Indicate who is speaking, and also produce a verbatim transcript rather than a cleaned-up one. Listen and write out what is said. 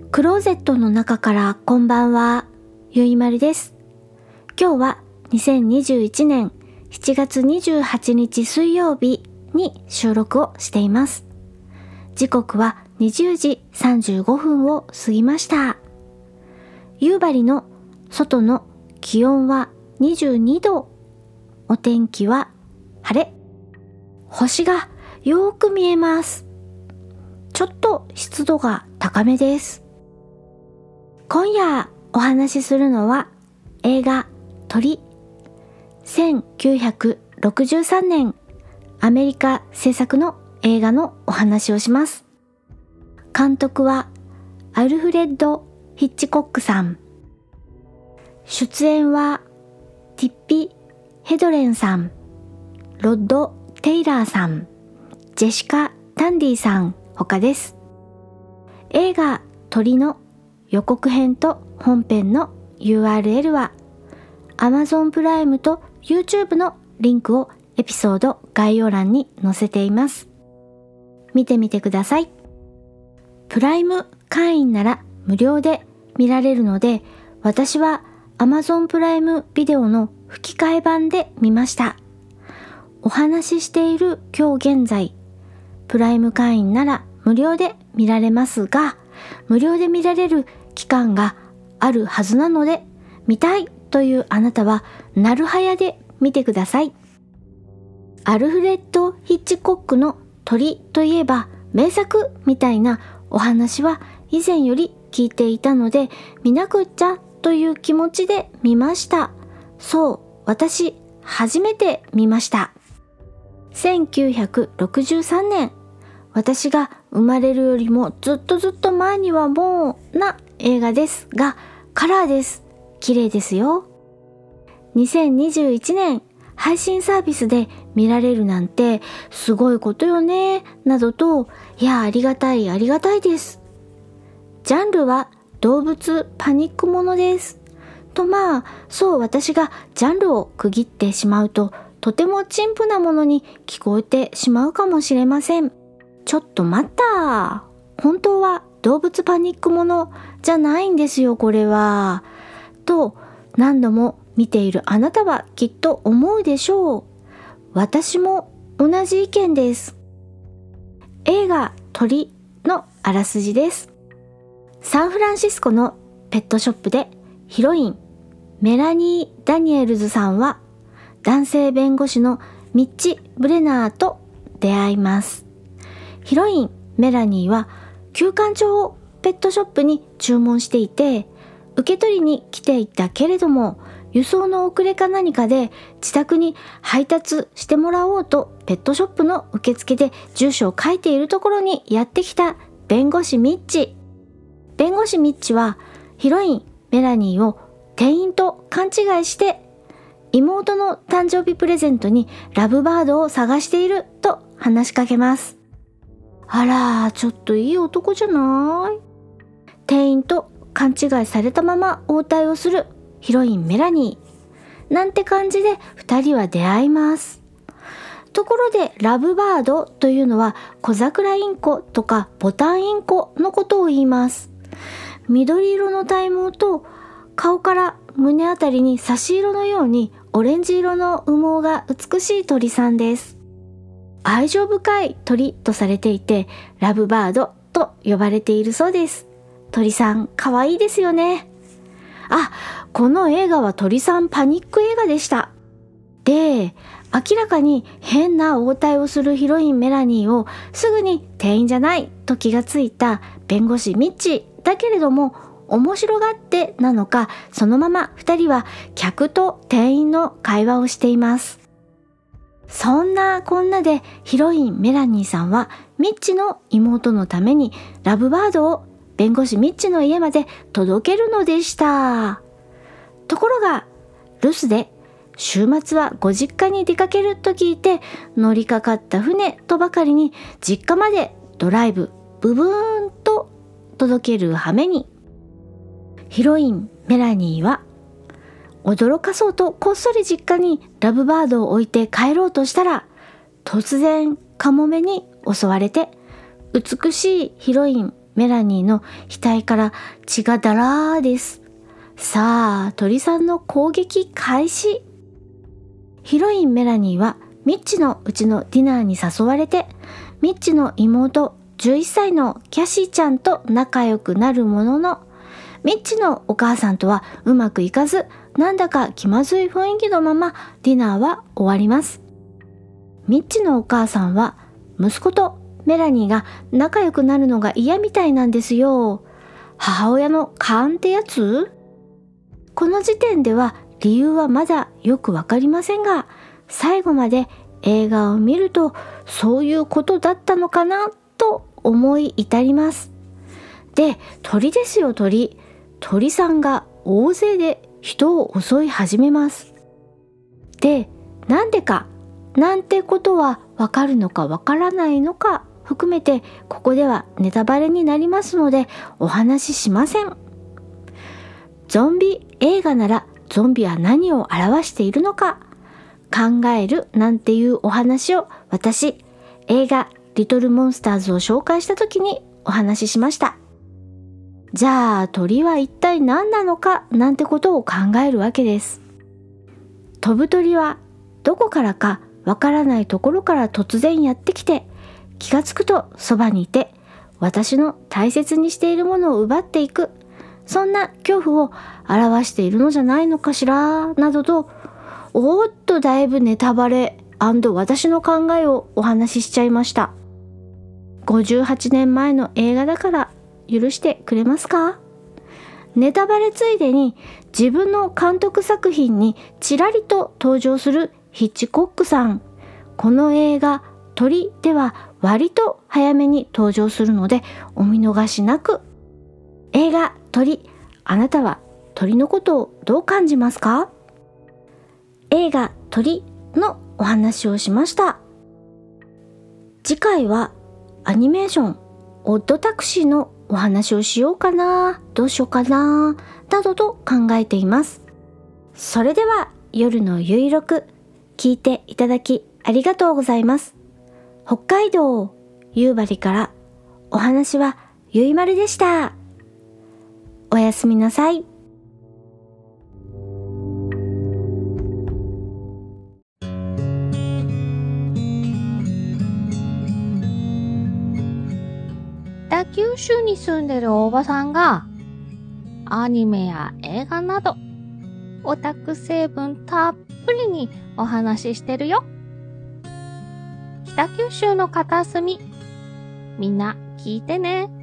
Speaker 1: クローゼットの中からこんばんは、ゆいまるです。今日はにせんにじゅういちねんしちがつにじゅうはちにち水曜日に収録をしています。時刻はにじゅうじさんじゅうごふんを過ぎました。夕張の外の気温はにじゅうにど、お天気は晴れ、星がよーく見えます。ちょっと湿度が高めです。今夜お話しするのは映画鳥。せんきゅうひゃくろくじゅうさんねんアメリカ制作の映画のお話をします。監督はアルフレッド・ヒッチコックさん。出演はティッピ・ヘドレンさん、ロッド・テイラーさん、ジェシカ・タンディさん他です。映画鳥の予告編と本編の ユーアールエル は Amazon プライムと YouTube のリンクをエピソード概要欄に載せています。見てみてください。プライム会員なら無料で見られるので、私は Amazon プライムビデオの吹き替え版で見ました。お話ししている今日現在、プライム会員なら無料で見られますが、無料で見られる期間があるはずなので、見たいというあなたはなるはやで見てください。アルフレッド・ヒッチコックの鳥といえば名作みたいなお話は以前より聞いていたので、見なくっちゃという気持ちで見ました。そう、私初めて見ました。せんきゅうひゃくろくじゅうさんねん、私が生まれるよりもずっとずっと前にはもうな映画ですが、カラーです。綺麗ですよ。にせんにじゅういちねん配信サービスで見られるなんてすごいことよね、などと、いやありがたいありがたいです。ジャンルは動物パニックものです。とまあ、そう私がジャンルを区切ってしまうととても陳腐なものに聞こえてしまうかもしれません。ちょっと待った。本当は動物パニックものじゃないんですよ、これは。と何度も見ているあなたはきっと思うでしょう。私も同じ意見です。映画鳥のあらすじです。サンフランシスコのペットショップでヒロインメラニー・ダニエルズさんは男性弁護士のミッチ・ブレナーと出会います。ヒロインメラニーは休館長をペットショップに注文していて、受け取りに来ていたけれども輸送の遅れか何かで自宅に配達してもらおうとペットショップの受付で住所を書いているところにやってきた弁護士ミッチ。弁護士ミッチはヒロインメラニーを店員と勘違いして妹の誕生日プレゼントにラブバードを探していると話しかけます。あら、ちょっといい男じゃない。店員と勘違いされたまま応対をするヒロインメラニーなんて感じで二人は出会います。ところでラブバードというのは小桜インコとかボタンインコのことを言います。緑色の体毛と顔から胸あたりに差し色のようにオレンジ色の羽毛が美しい鳥さんです。愛情深い鳥とされていてラブバードと呼ばれているそうです。鳥さんかわいいですよね。あ、この映画は鳥さんパニック映画でした。で、明らかに変な応対をするヒロインメラニーをすぐに店員じゃないと気がついた弁護士ミッチだけれども、面白がってなのかそのまま二人は客と店員の会話をしています。そんなこんなでヒロインメラニーさんはミッチの妹のためにラブバードを弁護士ミッチの家まで届けるのでした。ところが留守で週末はご実家に出かけると聞いて乗りかかった船とばかりに実家までドライブブブーンと届ける羽目に、ヒロインメラニーは驚かそうとこっそり実家にラブバードを置いて帰ろうとしたら、突然カモメに襲われて美しいヒロインメラニーの額から血がだらーです。さあ、鳥さんの攻撃開始。ヒロインメラニーはミッチのうちのディナーに誘われて、ミッチの妹じゅういっさいのキャシーちゃんと仲良くなるものの、ミッチのお母さんとはうまくいかず、なんだか気まずい雰囲気のままディナーは終わります。ミッチのお母さんは息子とメラニーが仲良くなるのが嫌みたいなんですよ。母親の勘ってやつ？この時点では理由はまだよくわかりませんが、最後まで映画を見るとそういうことだったのかなと思い至ります。で、鳥ですよ鳥。鳥さんが大勢で人を襲い始めます。で、なんでかなんてことはわかるのかわからないのか含めて、ここではネタバレになりますのでお話ししません。ゾンビ映画ならゾンビは何を表しているのか考えるなんていうお話を、私映画リトルモンスターズを紹介した時にお話ししました。じゃあ鳥は一体何なのかなんてことを考えるわけです。飛ぶ鳥はどこからかわからないところから突然やってきて、気がつくとそばにいて、私の大切にしているものを奪っていく、そんな恐怖を表しているのじゃないのかしら、などと、おーっとだいぶネタバレ&私の考えをお話ししちゃいました。ごじゅうはちねんまえの映画だから許してくれますか？ネタバレついでに自分の監督作品にちらりと登場するヒッチコックさん。この映画鳥では割と早めに登場するのでお見逃しなく。映画鳥、あなたは鳥のことをどう感じますか？映画鳥のお話をしました。次回はアニメーションオッドタクシーのお話をしようかな、どうしようかな、などと考えています。それでは夜のゆいろく、聞いていただきありがとうございます。北海道夕張からお話はゆいまるでした。おやすみなさい。
Speaker 2: 北九州に住んでるおばさんがアニメや映画などオタク成分たっぷりにお話ししてるよ。北九州の片隅、みんな聞いてね。